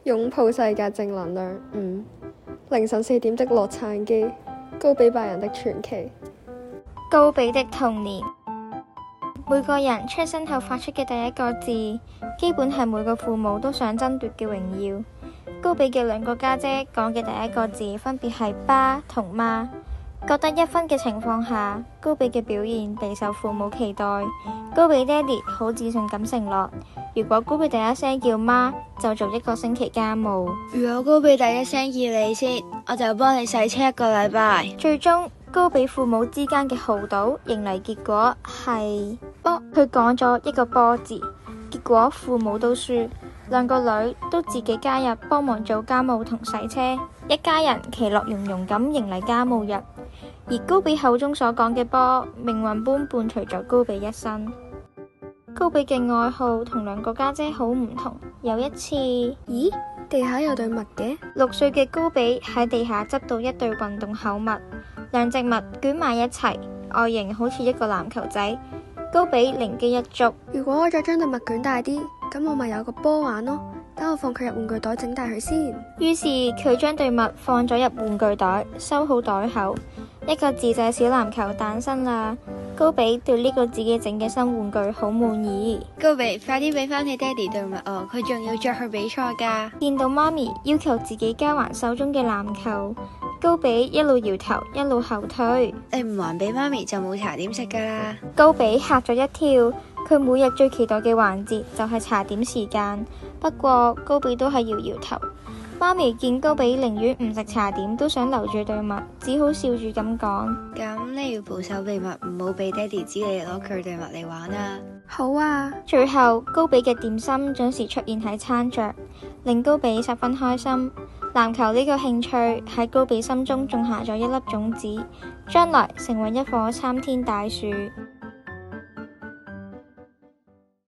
擁抱世界正能量。凌晨4點的洛杉磯，高比拜仁的傳奇。 高比的童年。每個人出生後發出嘅第一個字，基本係每個父母都想爭奪嘅榮耀。高比嘅兩個家姐講嘅第一個字分別係爸同媽。各得1分嘅情況下，高比嘅表現備受父母期待。高比爹哋好自信咁承諾，如果高比第一聲叫媽，就做1個星期家務。 如果高比第一聲叫你先，我就幫你洗車1個禮拜。 最終高比父母之間嘅豪賭迎嚟結果係波，佢講咗一個波字，結果父母都輸，兩個女都自己加入幫忙做家務同洗車，一家人其樂融融咁迎嚟家務日。而高比口中所講嘅波，命運般伴隨咗高比一生。高比嘅愛好同兩個家姐好唔同。有一次， 咦，地下有對襪嘅 ？6歲嘅高比喺地下執到一對運動厚襪，兩隻襪捲埋一齊，外形好似一個籃球仔。高比靈機一觸， 如果我再將對襪捲大啲，咁我咪有個波玩咯。等我放佢入玩具袋整大佢先。 於是佢將對襪放咗入玩具袋，收好袋後，一個自製小籃球誕生啦。高比對呢個自己整嘅新玩具好滿意。 高比，快啲俾翻你爹哋對襪我，佢仲要着去比賽噶。 見到媽咪要求自己交還手中嘅籃球，高比一路搖頭一路後退。 你唔還俾媽咪就冇茶點食噶啦。 高比嚇咗一跳，佢每日最期待嘅環節就係茶點時間。不過高比都係搖搖頭。媽咪見高比寧願唔食茶點都想留住對襪，只好笑住咁講： 咁你要保守秘密，唔好俾爹哋知你攞佢對襪嚟玩啊。 好啊。 最後高比嘅點心準時出現喺餐桌，令高比十分開心。籃球呢個興趣喺高比心中種下咗一粒種子，將來成為一棵參天大樹。